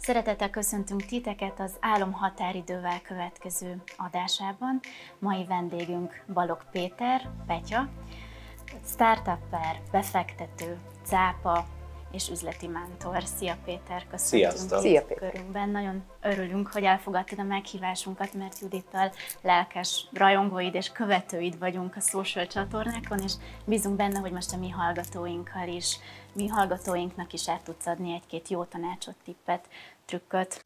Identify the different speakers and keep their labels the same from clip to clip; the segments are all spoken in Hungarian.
Speaker 1: Szeretettel köszöntünk titeket az Álom határidővel következő adásában. Mai vendégünk Balogh Péter, Petya, startupper, befektető, cápa és üzleti mentor. Szia Péter, köszöntünk körünkben. Nagyon örülünk, hogy elfogadtad a meghívásunkat, mert Judittal lelkes rajongóid és követőid vagyunk a social csatornákon, és bízunk benne, hogy most a mi hallgatóinknak is el tudsz adni egy-két jó tanácsot, tippet, trükköt.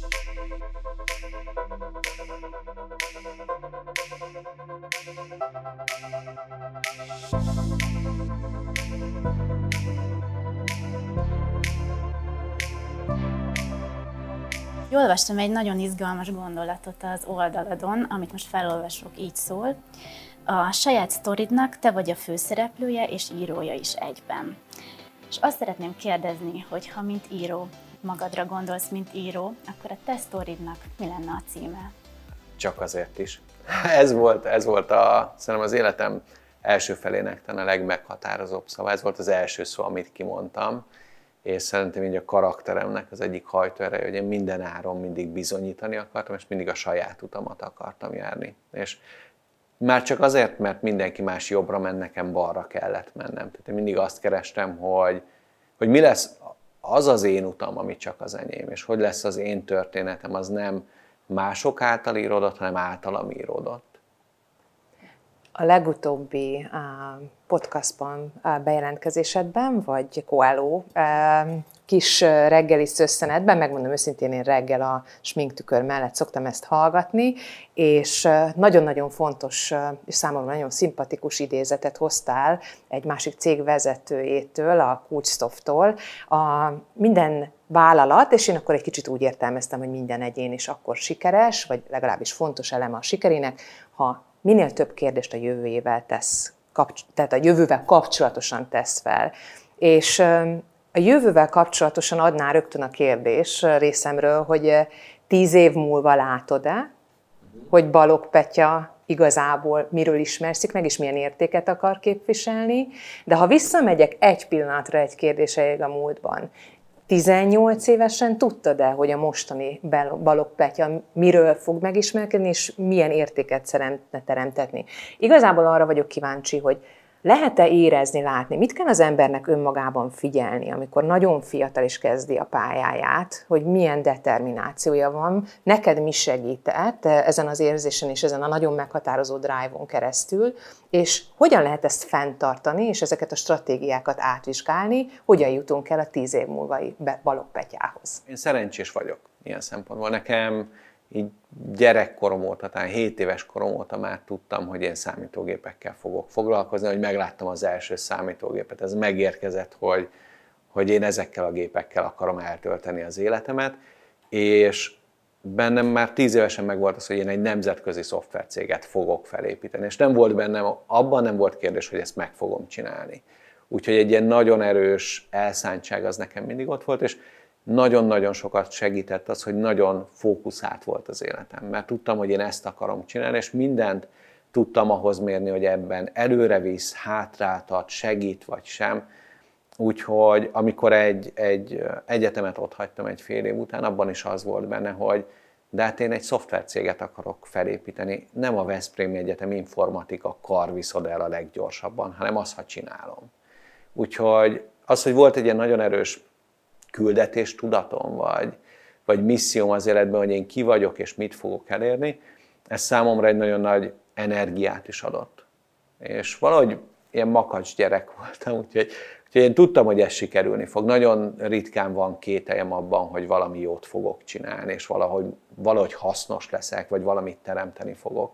Speaker 1: Jól olvastam egy nagyon izgalmas gondolatot az oldaladon, amit most felolvasok, így szól. A saját sztoridnak te vagy a főszereplője és írója is egyben. És azt szeretném kérdezni, hogy ha mint író, magadra gondolsz, mint író, akkor a te sztoridnak mi lenne a címe?
Speaker 2: Csak azért is. Ez volt szerintem az életem első felének talán a legmeghatározóbb szava. Ez volt az első szó, amit kimondtam. És szerintem így a karakteremnek az egyik hajtóereje, hogy én minden áron mindig bizonyítani akartam, és mindig a saját utamat akartam járni. És már csak azért, mert mindenki más jobbra ment, nekem balra kellett mennem. Tehát én mindig azt kerestem, hogy mi lesz az az én utam, ami csak az enyém, és hogy lesz az én történetem, az nem mások által íródott, hanem általam íródott.
Speaker 3: A legutóbbi podcastban bejelentkezésedben, vagy Coelho kis reggeli szösszenetben, megmondom őszintén, én reggel a sminktükör mellett szoktam ezt hallgatni, és nagyon-nagyon fontos és számomra nagyon szimpatikus idézetet hoztál egy másik cég vezetőjétől, a Kulcsszofttól. Minden vállalat, és én akkor egy kicsit úgy értelmeztem, hogy minden egyén is akkor sikeres, vagy legalábbis fontos eleme a sikerének, ha minél több kérdést a jövőjével tesz, tehát a jövővel kapcsolatosan tesz fel. És a jövővel kapcsolatosan adná rögtön a kérdés részemről, hogy 10 év múlva látod-e, hogy Balogh Petya igazából miről ismerszik meg, és milyen értéket akar képviselni. De ha visszamegyek egy pillanatra egy kérdéseig a múltban, 18 évesen tudtad-e, hogy a mostani Balogh Petya miről fog megismerkedni, és milyen értéket szeretne teremtetni? Igazából arra vagyok kíváncsi, hogy lehet-e érezni, látni, mit kell az embernek önmagában figyelni, amikor nagyon fiatal is kezdi a pályáját, hogy milyen determinációja van, neked mi segített ezen az érzésen és ezen a nagyon meghatározó drive-on keresztül, és hogyan lehet ezt fenntartani, és ezeket a stratégiákat átvizsgálni, hogyan jutunk el a 10 év múlvai Balogh Petyához?
Speaker 2: Én szerencsés vagyok ilyen szempontból. Nekem így gyerekkorom óta, talán 7 éves korom óta már tudtam, hogy én számítógépekkel fogok foglalkozni, hogy megláttam az első számítógépet. Ez megérkezett, hogy én ezekkel a gépekkel akarom eltölteni az életemet, és bennem már 10 évesen megvolt az, hogy én egy nemzetközi szoftvercéget fogok felépíteni, és abban nem volt kérdés, hogy ezt meg fogom csinálni. Úgyhogy egy ilyen nagyon erős elszántság az nekem mindig ott volt, és nagyon-nagyon sokat segített az, hogy nagyon fókuszált volt az életem, mert tudtam, hogy én ezt akarom csinálni, és mindent tudtam ahhoz mérni, hogy ebben előre visz, hátráltat, segít vagy sem. Úgyhogy amikor egy egyetemet otthagytam egy fél év után, abban is az volt benne, hogy de hát én egy szoftvercéget akarok felépíteni, nem a Veszprémi Egyetem informatika kar viszod el a leggyorsabban, hanem azt, ha csinálom. Úgyhogy az, hogy volt egy ilyen nagyon erős küldetéstudatom, vagy misszióm az életben, hogy én ki vagyok és mit fogok elérni, ez számomra egy nagyon nagy energiát is adott. És valahogy ilyen makacs gyerek voltam, úgyhogy én tudtam, hogy ez sikerülni fog. Nagyon ritkán van kételjem abban, hogy valami jót fogok csinálni, és valahogy hasznos leszek, vagy valamit teremteni fogok.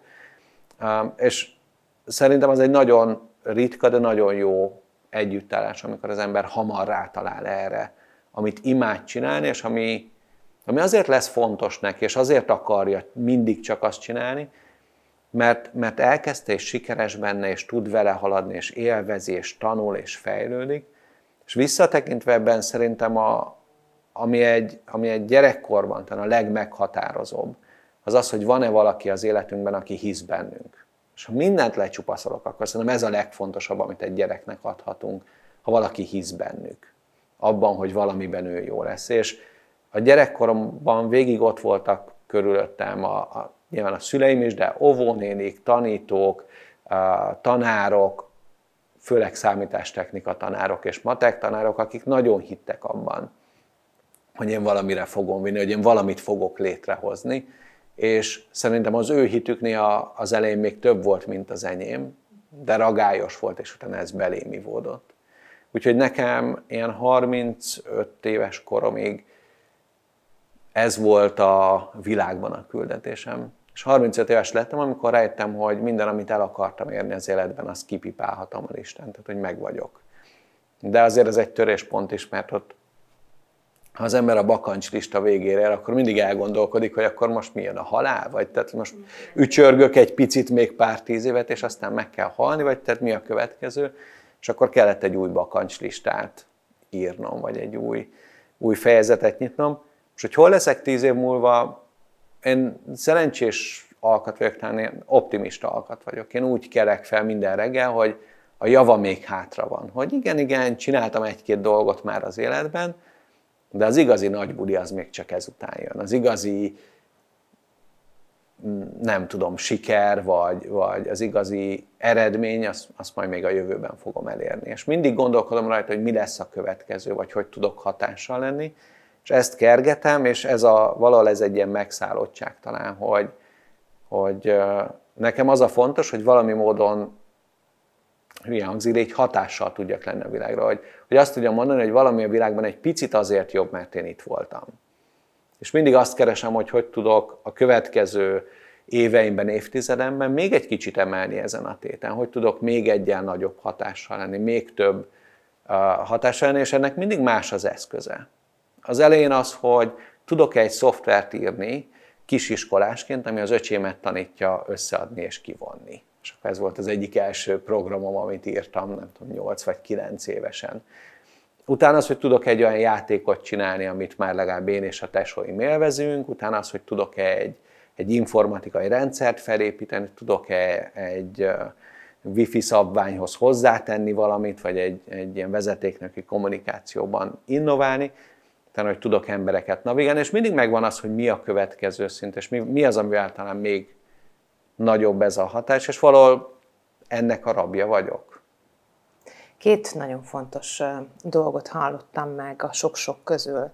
Speaker 2: És szerintem az egy nagyon ritka, de nagyon jó együttállás, amikor az ember hamar rátalál erre, amit imád csinálni, és ami azért lesz fontos neki, és azért akarja mindig csak azt csinálni, mert elkezdte, és sikeres benne, és tud vele haladni, és élvezi, és tanul, és fejlődik. És visszatekintve ebben szerintem, ami egy gyerekkorban talán a legmeghatározóbb, az az, hogy van-e valaki az életünkben, aki hisz bennünk. És ha mindent lecsupaszolok, akkor szerintem ez a legfontosabb, amit egy gyereknek adhatunk, ha valaki hisz bennük. Abban, hogy valamiben ő jó lesz. És a gyerekkoromban végig ott voltak körülöttem nyilván a szüleim is, de óvónénik, tanítók, tanárok, főleg számítástechnika tanárok és matek tanárok, akik nagyon hittek abban, hogy én valamire fogom vinni, hogy én valamit fogok létrehozni, és szerintem az ő hitüknél az elején még több volt, mint az enyém, de ragályos volt, és utána ez belém ivódott. Úgyhogy nekem ilyen 35 éves koromig ez volt a világban a küldetésem. És 35 éves lettem, amikor rájöttem, hogy minden, amit el akartam érni az életben, azt kipipálhatom a listán, tehát hogy meg vagyok. De azért ez egy töréspont is, mert ott, ha az ember a bakancslista végére ér, akkor mindig elgondolkodik, hogy akkor most mi jön, a halál? Vagy tehát most ücsörgök egy picit még pár 10 évet, és aztán meg kell halni, vagy tehát mi a következő? És akkor kellett egy új bakancslistát írnom, vagy egy új fejezetet nyitnom. És hogy hol leszek 10 év múlva, én szerencsés alkat vagyok, talán optimista alkat vagyok. Én úgy kelek fel minden reggel, hogy a java még hátra van. Hogy igen, csináltam egy-két dolgot már az életben, de az igazi nagy buli az még csak ezután jön. Az igazi, nem tudom, siker, vagy az igazi eredmény, azt majd még a jövőben fogom elérni. És mindig gondolkodom rajta, hogy mi lesz a következő, vagy hogy tudok hatással lenni. És ezt kergetem, és valahol ez egy ilyen megszállottság talán, hogy nekem az a fontos, hogy valami módon, hülye hangzik, egy hatással tudjak lenni a világra, hogy azt tudjam mondani, hogy valami a világban egy picit azért jobb, mert én itt voltam. És mindig azt keresem, hogy tudok a következő éveimben, évtizedemben még egy kicsit emelni ezen a téten, hogy tudok még egyen nagyobb hatással lenni, még több hatással lenni, és ennek mindig más az eszköze. Az elején az, hogy tudok egy szoftvert írni kisiskolásként, ami az öcsémet tanítja összeadni és kivonni. És akkor ez volt az egyik első programom, amit írtam, nem tudom, 8 vagy 9 évesen. Utána az, hogy tudok egy olyan játékot csinálni, amit már legalább én és a tesóim élvezünk, utána az, hogy tudok egy informatikai rendszert felépíteni, tudok egy wifi szabványhoz hozzátenni valamit, vagy egy ilyen vezetéknöki kommunikációban innoválni, tehát hogy tudok embereket navigálni, és mindig megvan az, hogy mi a következő szint, és mi az, amivel talán még nagyobb ez a hatás, és valahol ennek a rabja vagyok.
Speaker 3: 2 nagyon fontos dolgot hallottam meg a sok-sok közül.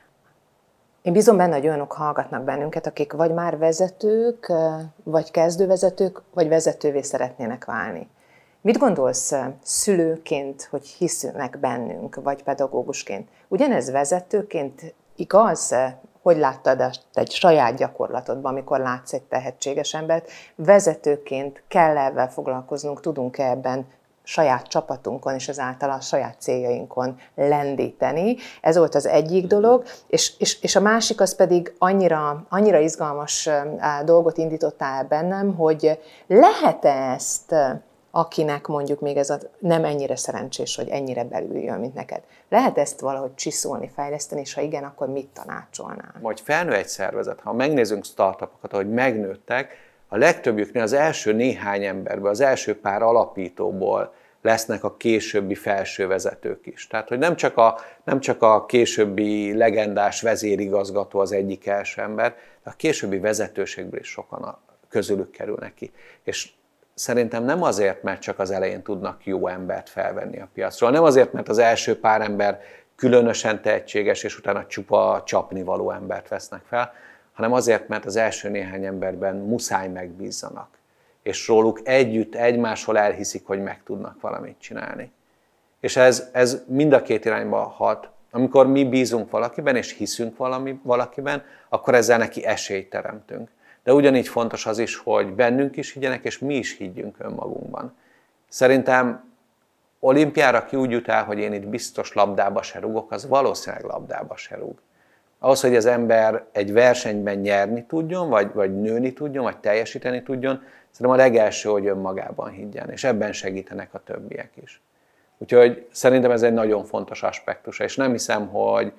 Speaker 3: Én bízom benne, hogy olyanok hallgatnak bennünket, akik vagy már vezetők, vagy kezdővezetők, vagy vezetővé szeretnének válni. Mit gondolsz szülőként, hogy hisznek bennünk, vagy pedagógusként? Ugyanez vezetőként igaz? Hogy láttad ezt egy saját gyakorlatodban, amikor látsz egy tehetséges embert? Vezetőként kell ebben foglalkoznunk, tudunk-e ebben saját csapatunkon és ezáltal a saját céljainkon lendíteni? Ez volt az egyik dolog, és a másik az pedig annyira izgalmas dolgot indítottál bennem, hogy lehet-e ezt, akinek mondjuk még ez nem ennyire szerencsés, hogy ennyire belül jön, mint neked. Lehet ezt valahogy csiszolni, fejleszteni, és ha igen, akkor mit tanácsolnál?
Speaker 2: Vagy felnő egy szervezet, ha megnézzünk startupokat, ahogy megnőttek, a legtöbbjüknél az első néhány emberből, az első pár alapítóból lesznek a későbbi felső vezetők is. Tehát, hogy nem csak a későbbi legendás vezérigazgató az egyik első ember, de a későbbi vezetőségből is sokan közülük kerülnek ki. És szerintem nem azért, mert csak az elején tudnak jó embert felvenni a piacról, nem azért, mert az első pár ember különösen tehetséges, és utána csupa csapnivaló embert vesznek fel, hanem azért, mert az első néhány emberben muszáj megbízzanak, és róluk együtt egymásról elhiszik, hogy meg tudnak valamit csinálni. És ez mind a 2 irányba hat. Amikor mi bízunk valakiben, és hiszünk valakiben, akkor ezzel neki esélyt teremtünk. De ugyanígy fontos az is, hogy bennünk is higgyenek, és mi is higgyünk önmagunkban. Szerintem olimpiára ki úgy jut el, hogy én itt biztos labdába se rúgok, az valószínűleg labdába se rúg. Ahhoz, hogy az ember egy versenyben nyerni tudjon, vagy nőni tudjon, vagy teljesíteni tudjon, szerintem a legelső, hogy önmagában higgyen, és ebben segítenek a többiek is. Úgyhogy szerintem ez egy nagyon fontos aspektus, és nem hiszem, hogy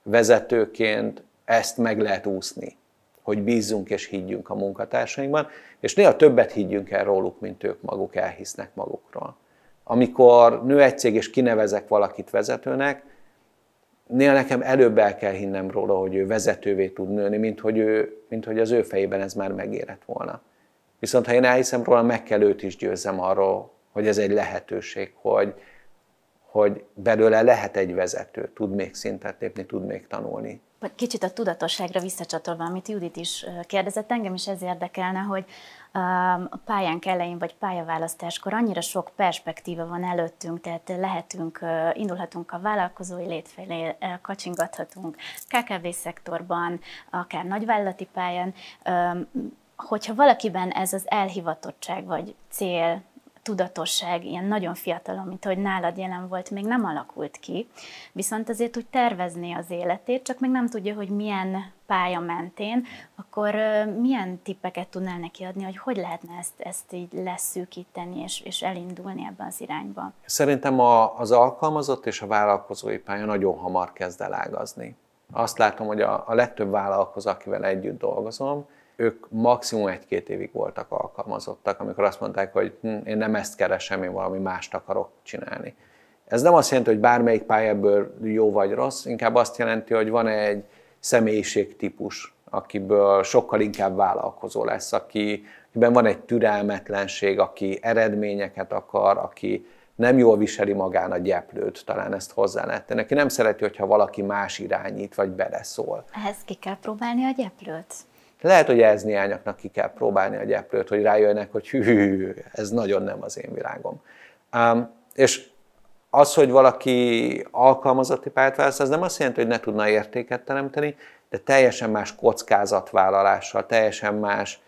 Speaker 2: vezetőként ezt meg lehet úszni, hogy bízzunk és higgyünk a munkatársainkban, és néha többet higgyünk el róluk, mint ők maguk elhisznek magukról. Amikor nő egy cég és kinevezek valakit vezetőnek, néha nekem előbb el kell hinnem róla, hogy ő vezetővé tud nőni, mint hogy az ő fejében ez már megérett volna. Viszont ha én elhiszem róla, meg kell őt is győzzem arról, hogy ez egy lehetőség, hogy belőle lehet egy vezető, tud még szintet lépni, tud még tanulni.
Speaker 1: Kicsit a tudatosságra visszacsatolva, amit Judit is kérdezett, engem is ez érdekelne, hogy a pályánk elején, vagy pályaválasztáskor annyira sok perspektíva van előttünk, tehát indulhatunk a vállalkozói lét felé, kacsingathatunk KKV szektorban, akár nagyvállalati pályán. Hogyha valakiben ez az elhivatottság, vagy cél, tudatosság ilyen nagyon fiatalon, mint ahogy nálad jelen volt, még nem alakult ki, viszont azért úgy tervezné az életét, csak még nem tudja, hogy milyen pálya mentén, akkor milyen tippeket tudnál neki adni, hogy lehetne ezt így leszűkíteni, és elindulni ebben az irányba?
Speaker 2: Szerintem az alkalmazott és a vállalkozói pálya nagyon hamar kezd el ágazni. Azt látom, hogy a legtöbb vállalkozó, akivel együtt dolgozom, ők maximum 1-2 évig voltak alkalmazottak, amikor azt mondták, hogy én nem ezt keresem, én valami mást akarok csinálni. Ez nem azt jelenti, hogy bármelyik pályából jó vagy rossz, inkább azt jelenti, hogy van egy személyiségtípus, akiből sokkal inkább vállalkozó lesz, akiben van egy türelmetlenség, aki eredményeket akar, aki nem jól viseli magán a gyeplőt, talán ezt hozzá lehet tenni. Aki nem szereti, hogyha valaki más irányít, vagy beleszól.
Speaker 1: Ehhez ki kell próbálni a gyeplőt?
Speaker 2: Lehet, hogy ezniányaknak ki kell próbálni a gyeplőt, hogy rájönnek, hogy hű, ez nagyon nem az én világom. És az, hogy valaki alkalmazotti pályát választ, az nem azt jelenti, hogy ne tudna értéket teremteni, de teljesen más kockázatvállalással, teljesen más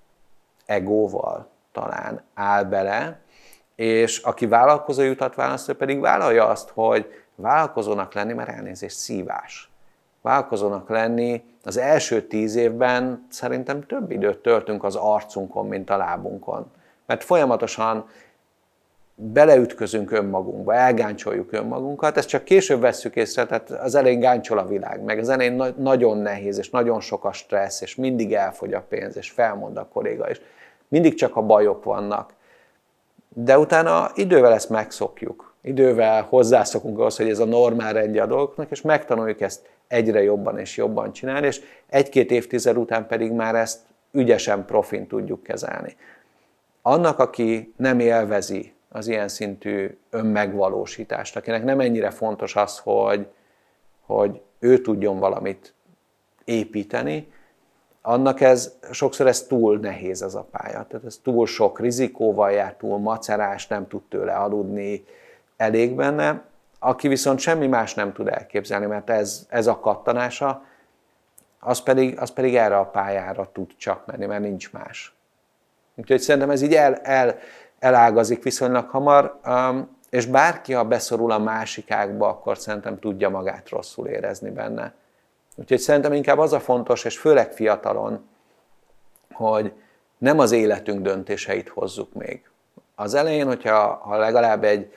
Speaker 2: egóval talán áll bele, és aki vállalkozói utat választ, pedig vállalja azt, hogy vállalkozónak lenni, mert elnézést szívás. Vállalkozónak lenni az első 10 évben szerintem több időt töltünk az arcunkon, mint a lábunkon. Mert folyamatosan beleütközünk önmagunkba, elgáncsoljuk önmagunkat, ezt csak később vesszük észre, tehát az elején gáncsol a világ, meg az elején nagyon nehéz, és nagyon sok a stressz, és mindig elfogy a pénz, és felmond a kolléga, és mindig csak a bajok vannak. De utána idővel ezt megszokjuk, idővel hozzászokunk ahhoz, hogy ez a normál rendje a dolgoknak, és megtanuljuk ezt egyre jobban és jobban csinálni, és 1-2 évtized után pedig már ezt ügyesen, profin tudjuk kezelni. Annak, aki nem élvezi az ilyen szintű önmegvalósítást, akinek nem ennyire fontos az, hogy ő tudjon valamit építeni, annak sokszor ez túl nehéz ez a pálya. Tehát ez túl sok rizikóval jár, túl macerás, nem tud tőle aludni, elég benne. Aki viszont semmi más nem tud elképzelni, mert ez a kattanása, az pedig erre a pályára tud csak menni, mert nincs más. Úgyhogy szerintem ez így elágazik viszonylag hamar, és bárki, ha beszorul a másik ágba, akkor szerintem tudja magát rosszul érezni benne. Úgyhogy szerintem inkább az a fontos, és főleg fiatalon, hogy nem az életünk döntéseit hozzuk még. Az elején, hogyha legalább egy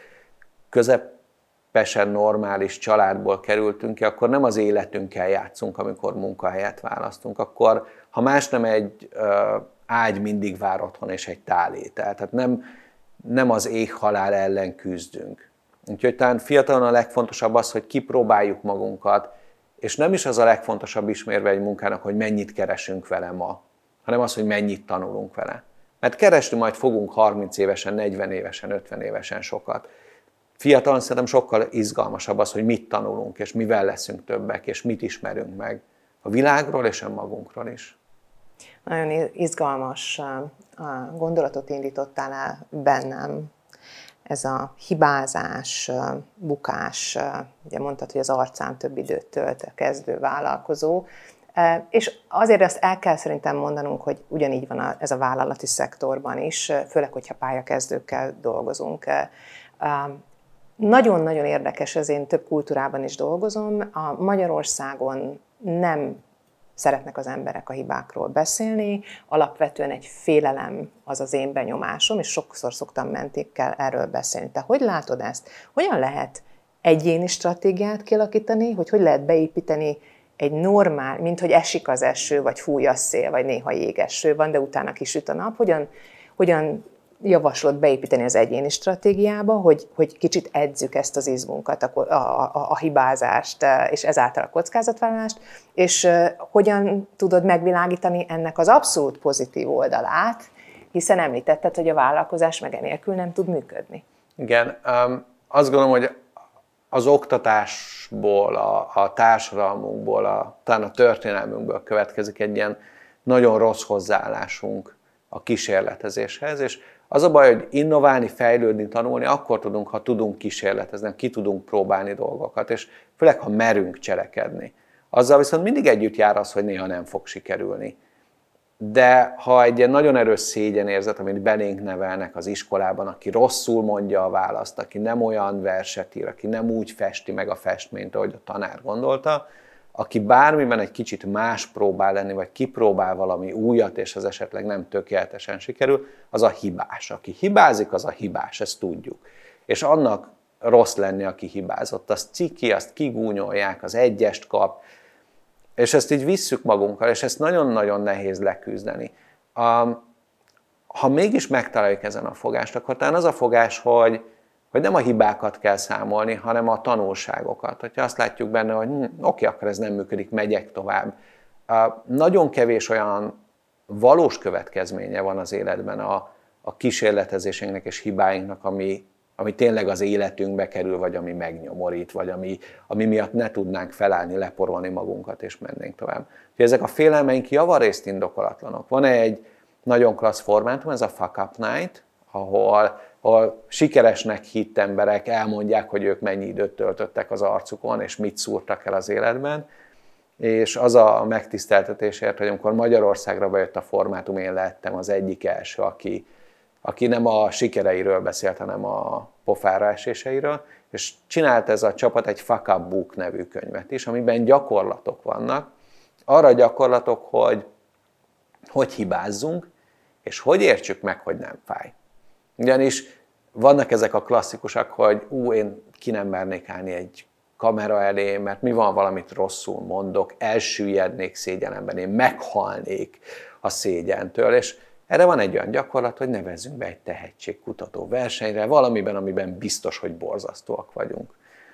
Speaker 2: közepesen normális családból kerültünk ki, akkor nem az életünkkel játszunk, amikor munkahelyet választunk. Akkor, ha más nem, egy ágy mindig vár otthon, és egy tálétel. Tehát nem az ég-halál ellen küzdünk. Úgyhogy talán fiatalon a legfontosabb az, hogy kipróbáljuk magunkat, és nem is az a legfontosabb ismérve egy munkának, hogy mennyit keresünk vele ma, hanem az, hogy mennyit tanulunk vele. Mert keresni majd fogunk 30 évesen, 40 évesen, 50 évesen sokat. Fiatalon szerintem sokkal izgalmasabb az, hogy mit tanulunk, és mivel leszünk többek, és mit ismerünk meg a világról és önmagunkról is.
Speaker 3: Nagyon izgalmas gondolatot indítottál el bennem. Ez a hibázás, bukás, ugye mondtad, hogy az arcán több időt tölt a kezdő vállalkozó, és azért azt el kell szerintem mondanunk, hogy ugyanígy van ez a vállalati szektorban is, főleg, hogyha pályakezdőkkel dolgozunk. Nagyon-nagyon érdekes, ez én több kultúrában is dolgozom. A Magyarországon nem szeretnek az emberek a hibákról beszélni, alapvetően egy félelem az az én benyomásom, és sokszor szoktam mentékkel erről beszélni. Te hogy látod ezt? Hogyan lehet egyéni stratégiát kialakítani, hogy lehet beépíteni egy normál, mint hogy esik az eső, vagy fúj a szél, vagy néha jégeső van, de utána kisüt a nap, hogyan javaslod beépíteni az egyéni stratégiába, hogy kicsit edzük ezt az izmunkat, a hibázást, és ezáltal a kockázatvállalást, és hogyan tudod megvilágítani ennek az abszolút pozitív oldalát, hiszen említetted, hogy a vállalkozás meg enélkül nem tud működni.
Speaker 2: Igen, azt gondolom, hogy az oktatásból, a társadalmunkból, talán a történelmünkből következik egy ilyen nagyon rossz hozzáállásunk a kísérletezéshez, és az a baj, hogy innoválni, fejlődni, tanulni akkor tudunk, ha tudunk kísérletezni, ki tudunk próbálni dolgokat, és főleg, ha merünk cselekedni. Azzal viszont mindig együtt jár az, hogy néha nem fog sikerülni. De ha egy ilyen nagyon erős szégyenérzet, amit belénk nevelnek az iskolában, aki rosszul mondja a választ, aki nem olyan verset ír, aki nem úgy festi meg a festményt, ahogy a tanár gondolta, aki bármiben egy kicsit más próbál lenni, vagy kipróbál valami újat, és az esetleg nem tökéletesen sikerül, az a hibás. Aki hibázik, az a hibás, ezt tudjuk. És annak rossz lenni, aki hibázott. Az ciki, azt kigúnyolják, az egyest kap, és ezt így visszük magunkkal, és ezt nagyon-nagyon nehéz leküzdeni. Ha mégis megtaláljuk ezen a fogást, akkor talán az a fogás, hogy nem a hibákat kell számolni, hanem a tanulságokat. Hogyha azt látjuk benne, hogy oké, akkor ez nem működik, megyek tovább. Nagyon kevés olyan valós következménye van az életben a kísérletezésünknek és hibáinknak, ami tényleg az életünkbe kerül, vagy ami megnyomorít, vagy ami miatt ne tudnánk felállni, leporolni magunkat, és mennénk tovább. Úgyhogy ezek a félelmeink javarészt indokolatlanok. Van egy nagyon klassz formátum, ez a Fuck Up Night, ahol sikeresnek hitt emberek elmondják, hogy ők mennyi időt töltöttek az arcukon, és mit szúrtak el az életben. És az a megtiszteltetésért, hogy amikor Magyarországra bejött a formátum, én lettem az egyik első, aki nem a sikereiről beszélt, hanem a pofára eséseiről, és csinált ez a csapat egy Fuck Up Book nevű könyvet is, amiben gyakorlatok vannak. Arra gyakorlatok, hogy hibázzunk, és hogy értsük meg, hogy nem fáj. Ugyanis vannak ezek a klasszikusak, hogy én ki nem mernék állni egy kamera elé, mert mi van, valamit rosszul mondok, elsüllyednék szégyelemben, én meghalnék a szégyentől, és erre van egy olyan gyakorlat, hogy nevezzünk be egy tehetségkutató versenyre, valamiben, amiben biztos, hogy borzasztóak vagyunk.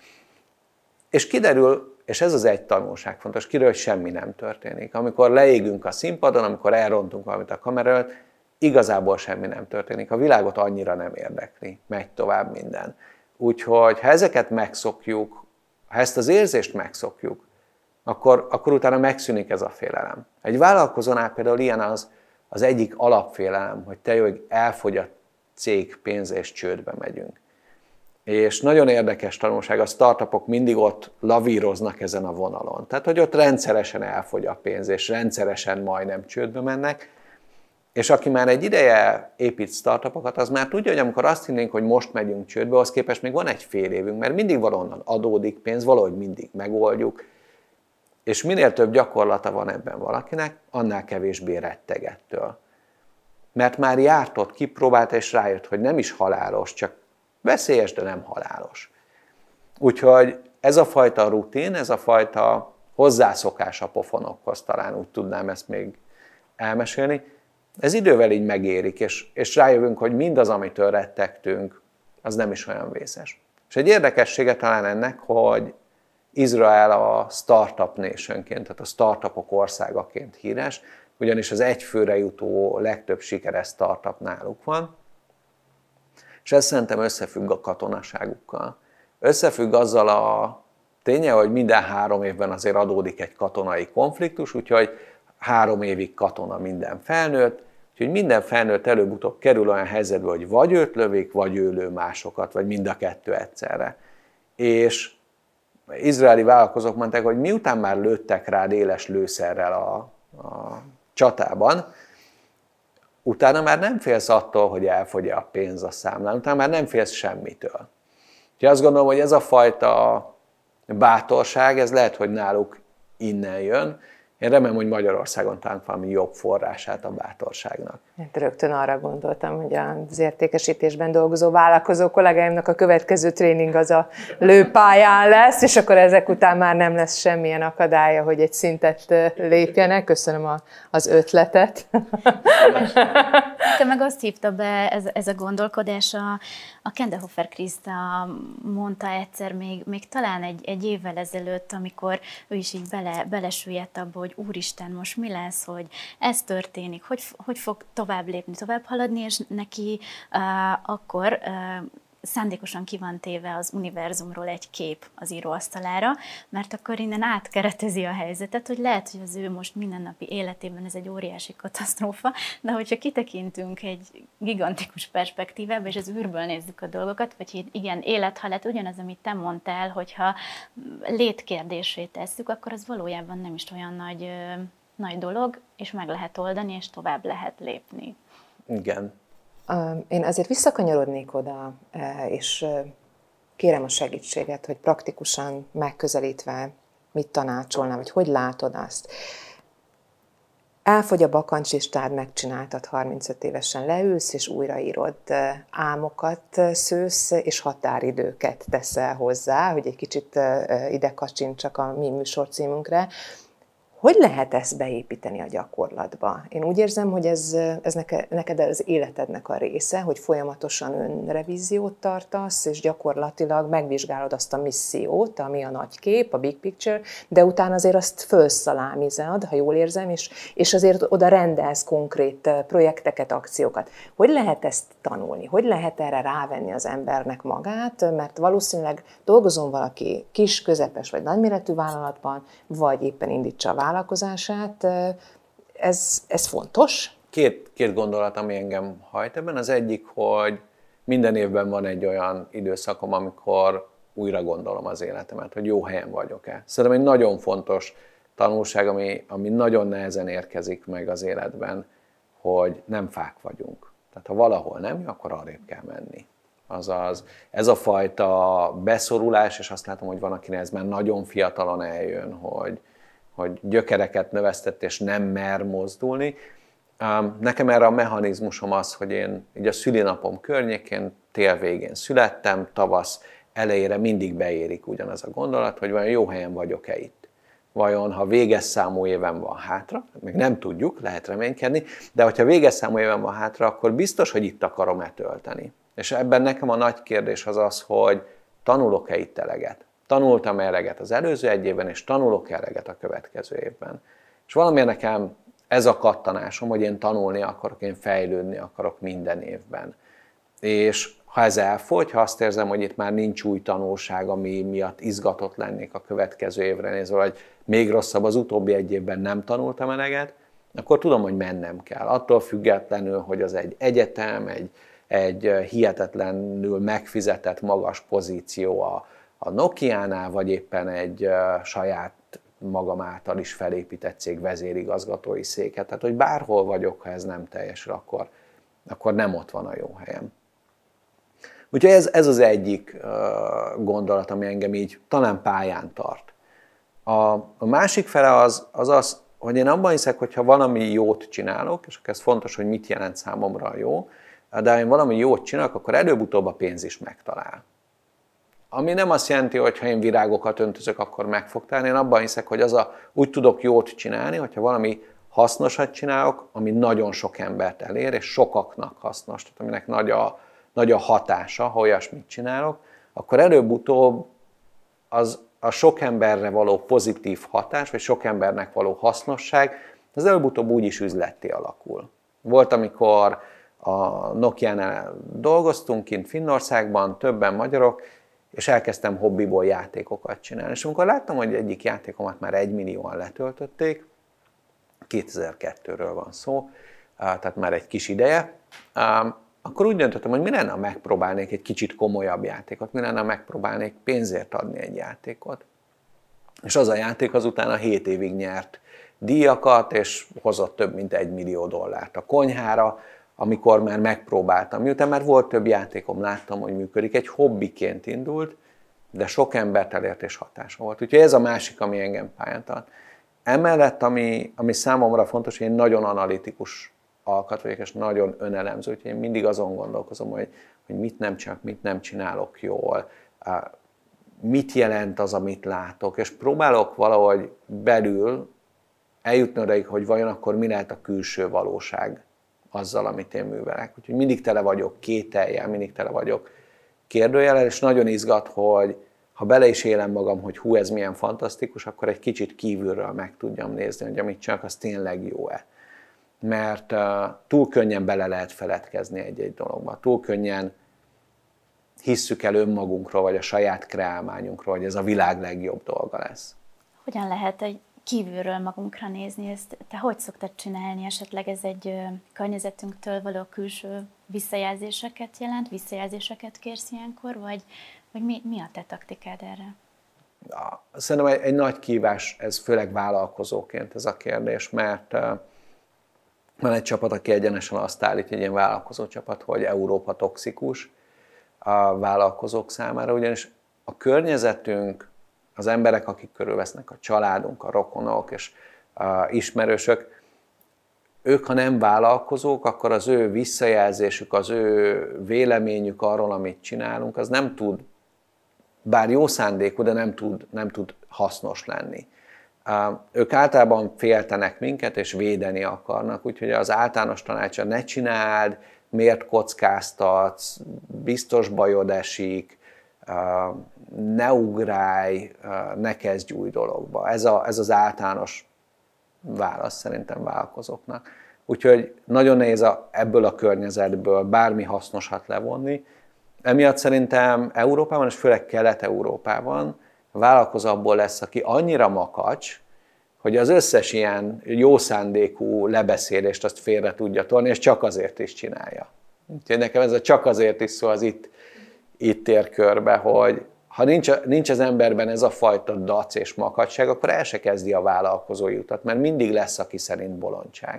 Speaker 2: És kiderül, és ez az egy tanulság fontos, kiderül, hogy semmi nem történik. Amikor leégünk a színpadon, amikor elrontunk valamit a kamera előtt, igazából semmi nem történik. A világot annyira nem érdekli, megy tovább minden. Úgyhogy ha ezeket megszokjuk, ha ezt az érzést megszokjuk, akkor utána megszűnik ez a félelem. Egy vállalkozónál például ilyen az egyik alapfélelem, hogy te jó, hogy elfogy a cég pénz és csődbe megyünk. És nagyon érdekes tanulság, a startupok mindig ott lavíroznak ezen a vonalon. Tehát, hogy ott rendszeresen elfogy a pénz, és rendszeresen majdnem csődbe mennek. És aki már egy ideje épít startupokat, az már tudja, hogy amikor azt hinnénk, hogy most megyünk csődbe, az képest még van egy fél évünk, mert mindig valahonnan adódik pénz, valahogy mindig megoldjuk. És minél több gyakorlata van ebben valakinek, annál kevésbé retteg ettől. Mert már járt ott, kipróbálta, és rájött, hogy nem is halálos, csak veszélyes, de nem halálos. Úgyhogy ez a fajta rutin, ez a fajta hozzászokás a pofonokhoz, talán úgy tudnám ezt még elmesélni, ez idővel így megérik, és rájövünk, hogy mindaz, amitől rettegtünk, az nem is olyan vészes. És egy érdekessége talán ennek, hogy Izrael a startup nationként, tehát a startupok országaként híres, ugyanis az egyfőre jutó legtöbb sikeres startup náluk van, és ez szerintem összefügg a katonaságukkal. Összefügg azzal a tényel, hogy minden 3 évben azért adódik egy katonai konfliktus, úgyhogy 3 évig katona minden felnőtt, úgyhogy minden felnőtt előbb-utóbb kerül olyan helyzetbe, hogy vagy őt lövik, vagy ő lő másokat, vagy mind a kettő egyszerre. És izraeli vállalkozók mondták, hogy miután már lőttek rád éles lőszerrel a csatában, utána már nem félsz attól, hogy elfogy a pénz a számlán, utána már nem félsz semmitől. Úgyhogy azt gondolom, hogy ez a fajta bátorság, ez lehet, hogy náluk innen jön, Én remélem, hogy Magyarországon találunk valami jobb forrását a bátorságnak.
Speaker 3: Hát rögtön arra gondoltam, hogy az értékesítésben dolgozó vállalkozó kollégáimnak a következő tréning az a lőpályán lesz, és akkor ezek után már nem lesz semmilyen akadálya, hogy egy szintet lépjenek. Köszönöm az ötletet.
Speaker 1: Te meg azt hívta be ez a gondolkodás, a Kendehofer Kriszta mondta egyszer még talán egy évvel ezelőtt, amikor ő is így belesüllyedt abba, hogy úristen, most mi lesz, hogy ez történik, hogy fog tovább lépni, tovább haladni, és neki akkor szándékosan ki van téve az univerzumról egy kép az íróasztalára, mert akkor innen átkeretezi a helyzetet, hogy lehet, hogy az ő most mindennapi életében ez egy óriási katasztrófa, de hogyha kitekintünk egy gigantikus perspektívába, és az űrből nézzük a dolgokat, vagy igen, élet-halál, ugyanaz, amit te mondtál, hogyha létkérdésé tesszük, akkor az valójában nem is olyan nagy dolog, és meg lehet oldani, és tovább lehet lépni.
Speaker 2: Igen.
Speaker 3: Én azért visszakanyarodnék oda, és kérem a segítséget, hogy praktikusan megközelítve mit tanácsolnál, vagy hogy látod azt. Elfogy a bakancslistád, megcsináltad 35 évesen, leülsz, és újraírod, álmokat szősz, és határidőket teszel hozzá, hogy egy kicsit ide kacsincsak a mi műsorcímünkre. Hogy lehet ezt beépíteni a gyakorlatba? Én úgy érzem, hogy ez neked az életednek a része, hogy folyamatosan önrevíziót tartasz, és gyakorlatilag megvizsgálod azt a missziót, ami a nagy kép, a big picture, de utána azért azt fölszalámizod, ha jól érzem, és azért oda rendelsz konkrét projekteket, akciókat. Hogy lehet ezt tanulni? Hogy lehet erre rávenni az embernek magát? Mert valószínűleg dolgozom valaki kis, közepes vagy nagyméretű vállalatban, vagy éppen indítsa a vállalkozását. Ez fontos?
Speaker 2: Két gondolat, ami engem hajt ebben. Az egyik, hogy minden évben van egy olyan időszakom, amikor újra gondolom az életemet, hogy jó helyen vagyok-e. Szerintem egy nagyon fontos tanulság, ami nagyon nehezen érkezik meg az életben, hogy nem fák vagyunk. Tehát ha valahol nem jó, akkor arrébb kell menni. Azaz ez a fajta beszorulás, és azt látom, hogy van, akinek ez már nagyon fiatalon eljön, hogy gyökereket növesztett, és nem mer mozdulni. Nekem erre a mechanizmusom az, hogy én így a szülinapom környékén, tél végén születtem, tavasz elejére mindig beérik ugyanaz a gondolat, hogy vajon jó helyen vagyok-e itt. Vajon, ha véges számú évem van hátra, még nem tudjuk, lehet reménykedni, de hogyha véges számú évem van hátra, akkor biztos, hogy itt akarom-e tölteni. És ebben nekem a nagy kérdés az, hogy tanulok-e itt eleget. Tanultam eleget az előző egy évben, és tanulok eleget a következő évben. És valamiért nekem ez a kattanásom, hogy én tanulni akarok, én fejlődni akarok minden évben. És ha ez elfogy, ha azt érzem, hogy itt már nincs új tanulság, ami miatt izgatott lennék a következő évre nézve, vagy még rosszabb, az utóbbi egy évben nem tanultam eleget, akkor tudom, hogy mennem kell. Attól függetlenül, hogy az egy egyetem, egy hihetetlenül megfizetett magas pozíció a Nokiánál, vagy éppen egy saját magam által is felépített cég vezérigazgatói széke. Tehát, hogy bárhol vagyok, ha ez nem teljesül, akkor nem ott van a jó helyem. Úgyhogy ez az egyik gondolat, ami engem így talán pályán tart. A másik fele az, hogy én abban hiszek, hogy ha valami jót csinálok, és ez fontos, hogy mit jelent számomra a jó, de ha én valami jót csinálok, akkor előbb-utóbb a pénz is megtalál. Ami nem azt jelenti, hogy ha én virágokat öntözök, akkor meg fog találni. Én abban hiszek, hogy úgy tudok jót csinálni, hogyha valami hasznosat csinálok, ami nagyon sok embert elér, és sokaknak hasznos, tehát aminek nagy a hatása, ha olyasmit csinálok, akkor előbb-utóbb a sok emberre való pozitív hatás, vagy sok embernek való hasznosság, az előbb-utóbb úgyis üzletté alakul. Volt, amikor a Nokiánál dolgoztunk kint Finnországban, többen magyarok, és elkezdtem hobbiból játékokat csinálni. És amikor láttam, hogy egyik játékomat már 1 millióan letöltötték, 2002-ről van szó, tehát már egy kis ideje, akkor úgy döntöttem, hogy mi lenne, ha megpróbálnék egy kicsit komolyabb játékot, mi lenne, ha megpróbálnék pénzért adni egy játékot. És az a játék azután 7 évig nyert díjakat, és hozott több mint $1 millió a konyhára, amikor már megpróbáltam. Miután már volt több játékom, láttam, hogy működik, egy hobbiként indult, de sok embert elért és hatása volt. Úgyhogy ez a másik, ami engem pályán tart. emellett, ami számomra fontos, hogy én nagyon analitikus alkat vagyok, és nagyon önelemző, úgyhogy én mindig azon gondolkozom, hogy mit nem csinálok, mit nem csinálok jól, mit jelent az, amit látok, és próbálok valahogy belül eljutni odaig, hogy vajon akkor mi lehet a külső valóság azzal, amit én művelek. Úgyhogy mindig tele vagyok kétellyel, mindig tele vagyok kérdőjellel, és nagyon izgat, hogy ha bele is élem magam, hogy hú, ez milyen fantasztikus, akkor egy kicsit kívülről meg tudjam nézni, hogy amit csak az tényleg jó-e. Mert túl könnyen bele lehet feledkezni egy-egy dologba, túl könnyen hisszük el önmagunkról, vagy a saját kreálmányunkról, hogy ez a világ legjobb dolga lesz.
Speaker 1: Hogyan lehet egy kívülről magunkra nézni ezt? Te hogy szoktad csinálni? Esetleg ez egy környezetünktől való külső visszajelzéseket jelent? Visszajelzéseket kérsz ilyenkor? Vagy mi a te taktikád erre?
Speaker 2: Szerintem egy nagy kihívás, ez főleg vállalkozóként ez a kérdés, mert van egy csapat, aki egyenesen azt állítja, egy ilyen vállalkozó csapat, hogy Európa toxikus a vállalkozók számára, ugyanis a környezetünk, az emberek, akik körülvesznek, a családunk, a rokonok és ismerősök, ők, ha nem vállalkozók, akkor az ő visszajelzésük, az ő véleményük arról, amit csinálunk, az nem tud, bár jó szándékú, de nem tud hasznos lenni. Ők általában féltenek minket, és védeni akarnak, úgyhogy az általános tanácsa ne csináld, miért kockáztatsz, biztos bajod esik, ne ugrálj, ne kezdj új dologba. Ez az általános válasz szerintem vállalkozóknak. Úgyhogy nagyon nehéz ebből a környezetből bármi hasznosat levonni. Emiatt szerintem Európában, és főleg Kelet-Európában a vállalkozó abból lesz, aki annyira makacs, hogy az összes ilyen jó szándékú lebeszélést azt félre tudja tolni, és csak azért is csinálja. Úgyhogy nekem ez a csak azért is szó, az itt ér körbe, hogy ha nincs az emberben ez a fajta dac és makacság, akkor el se kezdi a vállalkozói utat, mert mindig lesz, aki szerint bolondság.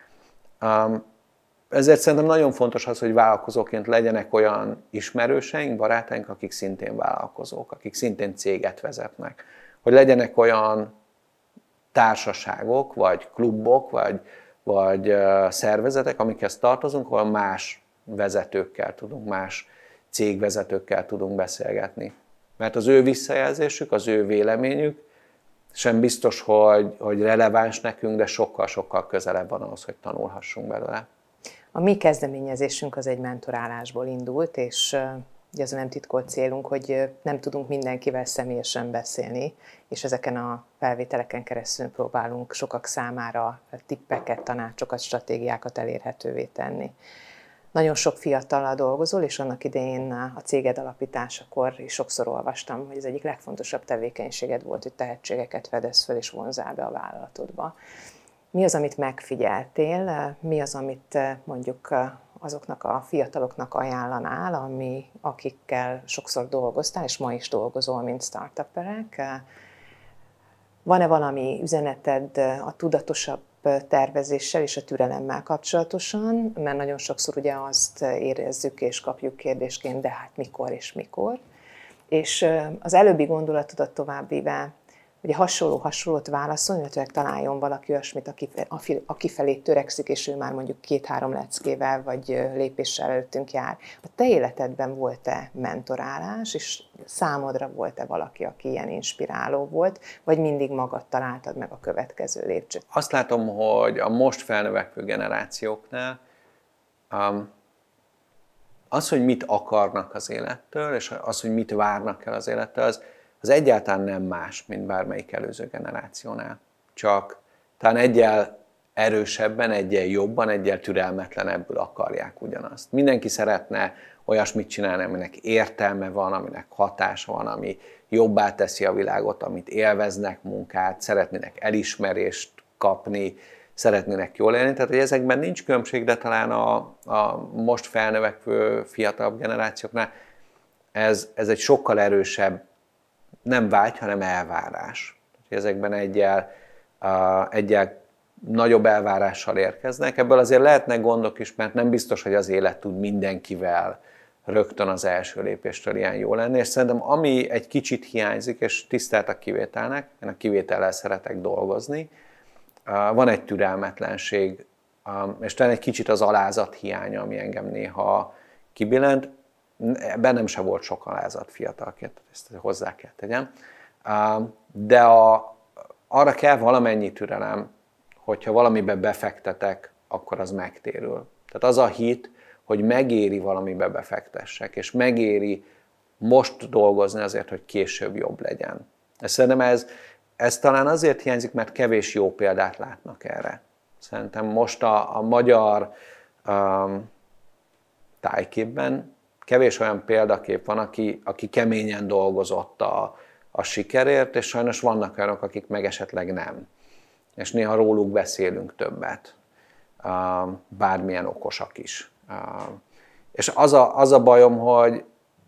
Speaker 2: Ezért szerintem nagyon fontos az, hogy vállalkozóként legyenek olyan ismerőseink, barátaink, akik szintén vállalkozók, akik szintén céget vezetnek. Hogy legyenek olyan társaságok, vagy klubok, vagy szervezetek, amikhez tartozunk, ahol más vezetőkkel tudunk, más cégvezetőkkel tudunk beszélgetni. Mert az ő visszajelzésük, az ő véleményük sem biztos, hogy releváns nekünk, de sokkal-sokkal közelebb van ahhoz, hogy tanulhassunk belőle.
Speaker 3: A mi kezdeményezésünk az egy mentorálásból indult, és ugye az nem titkolt célunk, hogy nem tudunk mindenkivel személyesen beszélni, és ezeken a felvételeken keresztül próbálunk sokak számára tippeket, tanácsokat, stratégiákat elérhetővé tenni. Nagyon sok fiatallal dolgozol, és annak idején a céged alapításakor is sokszor olvastam, hogy az egyik legfontosabb tevékenységed volt, hogy tehetségeket fedez föl és vonzál be a vállalatodba. Mi az, amit megfigyeltél? Mi az, amit mondjuk azoknak a fiataloknak ajánlanál, akikkel sokszor dolgoztál, és ma is dolgozol, mint startupperek? Van-e valami üzeneted a tudatosabb tervezéssel és a türelemmel kapcsolatosan? Mert nagyon sokszor ugye azt érezzük és kapjuk kérdésként, de hát mikor és mikor. És az előbbi gondolatodat továbbvéve, ugye hasonlót válaszol, illetve találjon valaki olyasmit, aki felé törekszik, és ő már mondjuk 2-3 leckével vagy lépéssel előttünk jár. A te életedben volt-e mentorálás, és számodra volt-e valaki, aki ilyen inspiráló volt, vagy mindig magad találtad meg a következő lépcsőt?
Speaker 2: Azt látom, hogy a most felnövekvő generációknál az, hogy mit akarnak az élettől, és az, hogy mit várnak el az élettől, az egyáltalán nem más, mint bármelyik előző generációnál. Csak talán egyel erősebben, egyel jobban, egyel türelmetlenebbül akarják ugyanazt. Mindenki szeretne olyasmit csinálni, aminek értelme van, aminek hatása van, ami jobbá teszi a világot, amit élveznek munkát, szeretnének elismerést kapni, szeretnének jól élni. Tehát, hogy ezekben nincs különbség, de talán a most felnövekvő fiatalabb generációknál ez egy sokkal erősebb nem vágy, hanem elvárás. Ezekben egyel nagyobb elvárással érkeznek. Ebből azért lehetnek gondok is, mert nem biztos, hogy az élet tud mindenkivel rögtön az első lépéstől ilyen jó lenni, és szerintem ami egy kicsit hiányzik, és tisztelt a kivételnek, én a kivétellel szeretek dolgozni, van egy türelmetlenség, és talán egy kicsit az alázat hiánya, ami engem néha kibillent. Bennem se volt sok alázat fiatalként, ezt hozzá kell tegyem. De arra kell valamennyi türelem, hogyha valamibe befektetek, akkor az megtérül. Tehát az a hit, hogy megéri valamibe befektessek, és megéri most dolgozni azért, hogy később jobb legyen. Szerintem ez talán azért hiányzik, mert kevés jó példát látnak erre. Szerintem most a magyar tájképben kevés olyan példakép van, aki keményen dolgozott a sikerért, és sajnos vannak olyanok, akik meg esetleg nem. És néha róluk beszélünk többet, bármilyen okosak is. És az a bajom, hogy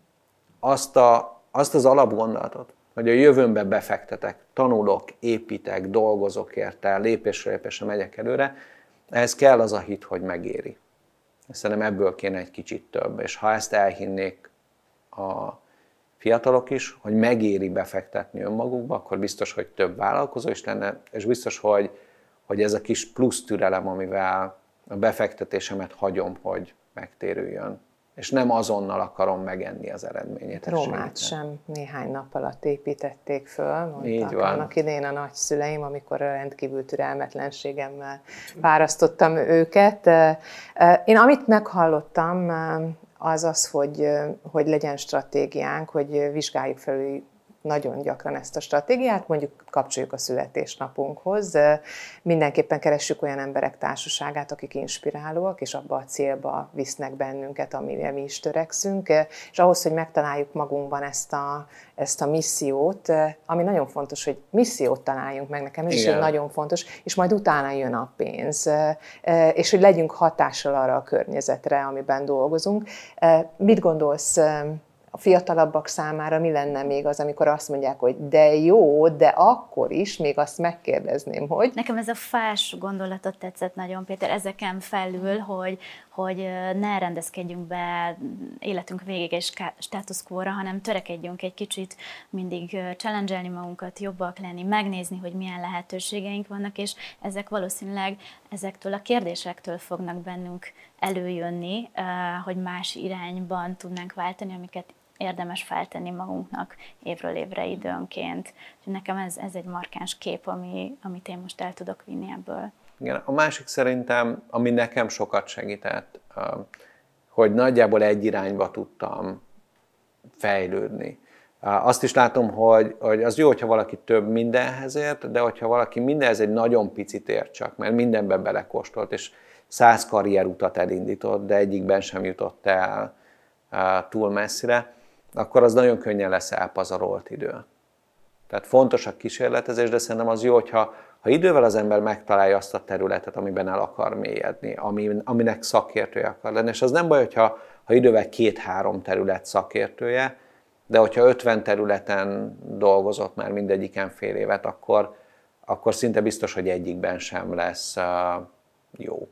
Speaker 2: azt az alapgondolatot, hogy a jövőmbe befektetek, tanulok, építek, dolgozok érte, lépésről lépésre megyek előre, ehhez kell az a hit, hogy megéri. Szerintem ebből kéne egy kicsit több, és ha ezt elhinnék a fiatalok is, hogy megéri befektetni önmagukba, akkor biztos, hogy több vállalkozó is lenne, és biztos, hogy ez a kis plusz türelem, amivel a befektetésemet hagyom, hogy megtérüljön. És nem azonnal akarom megenni az eredményét.
Speaker 3: Rómát sem néhány nap alatt építették föl, mondták annak idején a nagyszüleim, amikor rendkívül türelmetlenségemmel fárasztottam őket. Én amit meghallottam, az az, hogy legyen stratégiánk, hogy vizsgáljuk felül nagyon gyakran ezt a stratégiát, mondjuk kapcsoljuk a születésnapunkhoz. Mindenképpen keressük olyan emberek társaságát, akik inspirálóak, és abba a célba visznek bennünket, amire mi is törekszünk. És ahhoz, hogy megtaláljuk magunkban ezt a missziót, ami nagyon fontos, hogy missziót találjunk meg, nekem ez is nagyon fontos, és majd utána jön a pénz, és hogy legyünk hatással arra a környezetre, amiben dolgozunk. Mit gondolsz, a fiatalabbak számára mi lenne még az, amikor azt mondják, hogy de jó, de akkor is, még azt megkérdezném, hogy...
Speaker 1: Nekem ez a fás gondolatot tetszett nagyon, Péter, ezeken felül, hogy ne rendezkedjünk be életünk végig egy status quo-ra, hanem törekedjünk egy kicsit mindig challenge-elni magunkat, jobbak lenni, megnézni, hogy milyen lehetőségeink vannak, és ezek valószínűleg ezektől a kérdésektől fognak bennünk előjönni, hogy más irányban tudnánk váltani, amiket érdemes feltenni magunknak évről évre időnként. Úgyhogy nekem ez egy markáns kép, amit én most el tudok vinni ebből.
Speaker 2: Igen, a másik szerintem, ami nekem sokat segített, hogy nagyjából egy irányba tudtam fejlődni. Azt is látom, hogy az jó, hogyha valaki több mindenhez ért, de hogyha valaki mindenhez egy nagyon picit ért csak, mert mindenbe belekóstolt, és 100 karrierutat elindított, de egyikben sem jutott el túl messzire, akkor az nagyon könnyen lesz elpazarolt idő. Tehát fontos a kísérletezés, de szerintem az jó, hogyha idővel az ember megtalálja azt a területet, amiben el akar mélyedni, aminek szakértője akar lenni. És az nem baj, hogyha idővel 2-3 terület szakértője, de hogyha 50 területen dolgozott már mindegyiken fél évet, akkor szinte biztos, hogy egyikben sem lesz jó.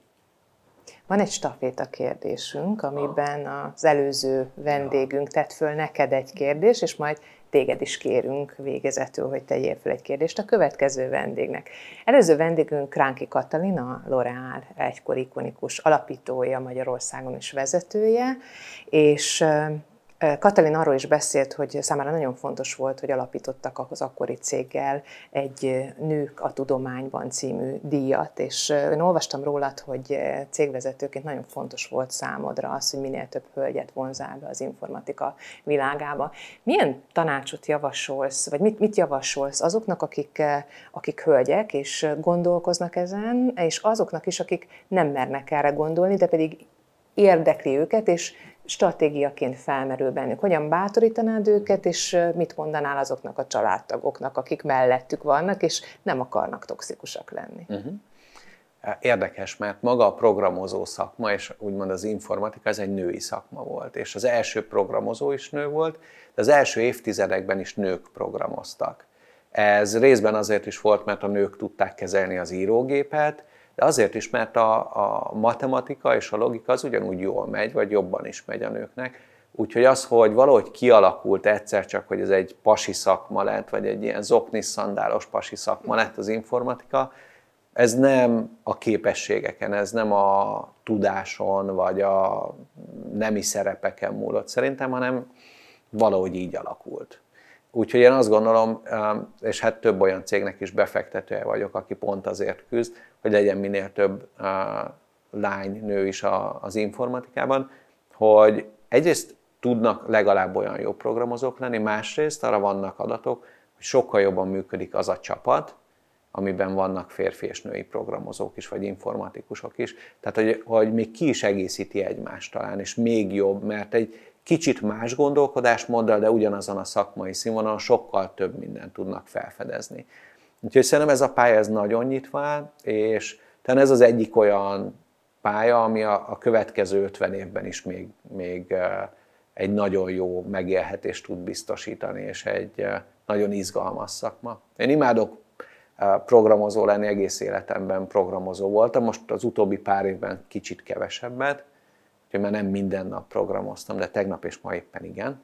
Speaker 3: Van egy staféta kérdésünk, amiben az előző vendégünk tett föl neked egy kérdés, és majd téged is kérünk végezetül, hogy tegyél föl egy kérdést a következő vendégnek. Előző vendégünk Kránki Katalin, a L'Oréal egykor ikonikus alapítója, Magyarországon is vezetője, és Katalin arról is beszélt, hogy számára nagyon fontos volt, hogy alapítottak az akkori céggel egy Nők a Tudományban című díjat, és én olvastam rólad, hogy cégvezetőként nagyon fontos volt számodra az, hogy minél több hölgyet vonzál be az informatika világába. Milyen tanácsot javasolsz, vagy mit javasolsz azoknak, akik hölgyek és gondolkoznak ezen, és azoknak is, akik nem mernek erre gondolni, de pedig érdekli őket, és stratégiaként felmerül bennük. Hogyan bátorítanád őket, és mit mondanál azoknak a családtagoknak, akik mellettük vannak, és nem akarnak toxikusak lenni?
Speaker 2: Érdekes, mert maga a programozó szakma, és úgymond az informatika, ez egy női szakma volt. És az első programozó is nő volt, de az első évtizedekben is nők programoztak. Ez részben azért is volt, mert a nők tudták kezelni az írógépet, de azért is, mert a matematika és a logika az ugyanúgy jól megy, vagy jobban is megy a nőknek, Úgyhogy az, hogy valahogy kialakult egyszer csak, hogy ez egy pasi szakma lett, vagy egy ilyen zokniszandálos pasi szakma lett az informatika, ez nem a képességeken, ez nem a tudáson, vagy a nemi szerepeken múlott szerintem, hanem valahogy így alakult. Úgyhogy én azt gondolom, és hát több olyan cégnek is befektetője vagyok, aki pont azért küzd, hogy legyen minél több lány, nő is az informatikában, hogy egyrészt tudnak legalább olyan jó programozók lenni, másrészt arra vannak adatok, hogy sokkal jobban működik az a csapat, amiben vannak férfi és női programozók is, vagy informatikusok is. Tehát, hogy még ki is egészíti egymást talán, és még jobb, mert egy kicsit más gondolkodásmóddal, de ugyanazon a szakmai színvonalon sokkal több mindent tudnak felfedezni. Úgyhogy szerintem ez a pálya ez nagyon nyitva áll, és talán ez az egyik olyan pálya, ami a következő 50 évben is még egy nagyon jó megélhetést tud biztosítani, és egy nagyon izgalmas szakma. Én imádok programozó lenni, egész életemben programozó voltam, most az utóbbi pár évben kicsit kevesebbet, úgyhogy már nem minden nap programoztam, de tegnap és ma éppen igen.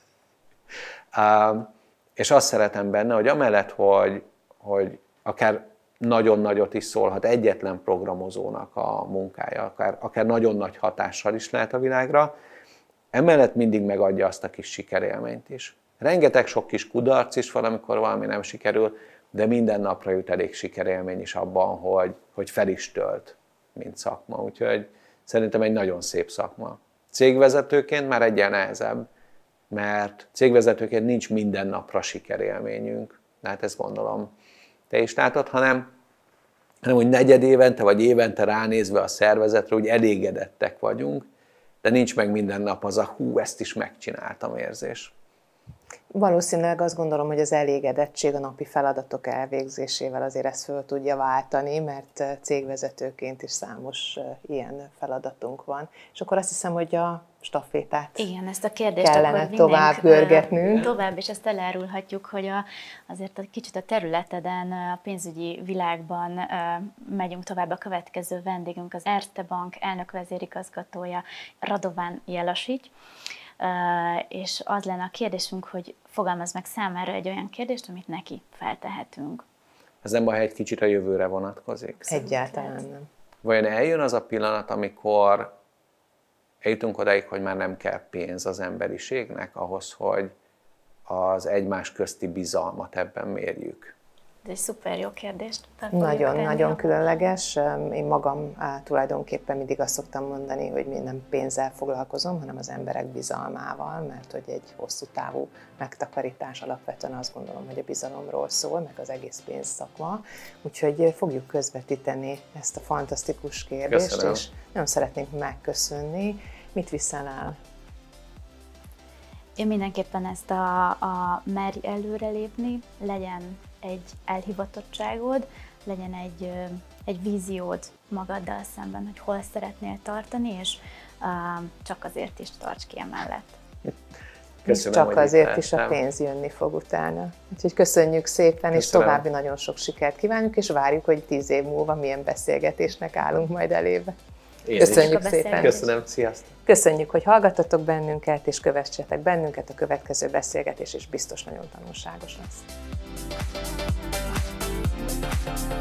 Speaker 2: És azt szeretem benne, hogy amellett, hogy akár nagyon nagyot is szólhat egyetlen programozónak a munkája, akár nagyon nagy hatással is lehet a világra, emellett mindig megadja azt a kis sikerélményt is. Rengeteg sok kis kudarc is van, amikor valami nem sikerül, de minden napra jut elég sikerélmény is abban, hogy fel is tölt, mint szakma. Úgyhogy szerintem egy nagyon szép szakma. Cégvezetőként már egyel nehezebb, mert cégvezetőként nincs minden napra sikerélményünk. Hát ezt gondolom, te is látod, hanem hogy negyed évente vagy évente ránézve a szervezetre, hogy elégedettek vagyunk, de nincs meg minden nap az a ezt is megcsináltam érzés.
Speaker 3: Valószínűleg azt gondolom, hogy az elégedettség a napi feladatok elvégzésével azért ezt föl tudja váltani, mert cégvezetőként is számos ilyen feladatunk van. És akkor azt hiszem, hogy a stafétát
Speaker 1: igen, ezt a kérdést
Speaker 3: kellene tovább görgetnünk.
Speaker 1: Tovább, és ezt elárulhatjuk, hogy azért egy kicsit a területeden, a pénzügyi világban megyünk tovább. A következő vendégünk az Erste Bank elnök vezérigazgatója, Radovan Jelasics. És az lenne a kérdésünk, hogy fogalmaz meg számára egy olyan kérdést, amit neki feltehetünk.
Speaker 2: Ez nem baj, ha egy kicsit a jövőre vonatkozik?
Speaker 3: Egyáltalán nem.
Speaker 2: Vajon eljön az a pillanat, amikor eljutunk odáig, hogy már nem kell pénz az emberiségnek ahhoz, hogy az egymás közti bizalmat ebben mérjük?
Speaker 1: Ez egy szuper jó kérdést.
Speaker 3: Nagyon különleges. Én magam tulajdonképpen mindig azt szoktam mondani, hogy én nem pénzzel foglalkozom, hanem az emberek bizalmával, mert hogy egy hosszú távú megtakarítás alapvetően azt gondolom, hogy a bizalomról szól, meg az egész pénzszakma. Úgyhogy fogjuk közvetíteni ezt a fantasztikus kérdést, köszönöm. És nagyon szeretnénk megköszönni. Mit viszel el?
Speaker 1: Én mindenképpen ezt a merj előrelépni, legyen egy elhivatottságod, legyen egy víziód magaddal szemben, hogy hol szeretnél tartani, és csak azért is tarts ki emellett.
Speaker 3: Köszönöm, csak azért is a pénz jönni fog utána. Úgyhogy köszönjük szépen, köszönöm. És további nagyon sok sikert kívánjuk, és várjuk, hogy 10 év múlva milyen beszélgetésnek állunk majd elébe. Köszönjük szépen.
Speaker 2: Köszönöm, sziasztok.
Speaker 3: Köszönjük, hogy hallgattatok bennünket, és kövessetek bennünket, a következő beszélgetés is biztos nagyon tanulságos lesz.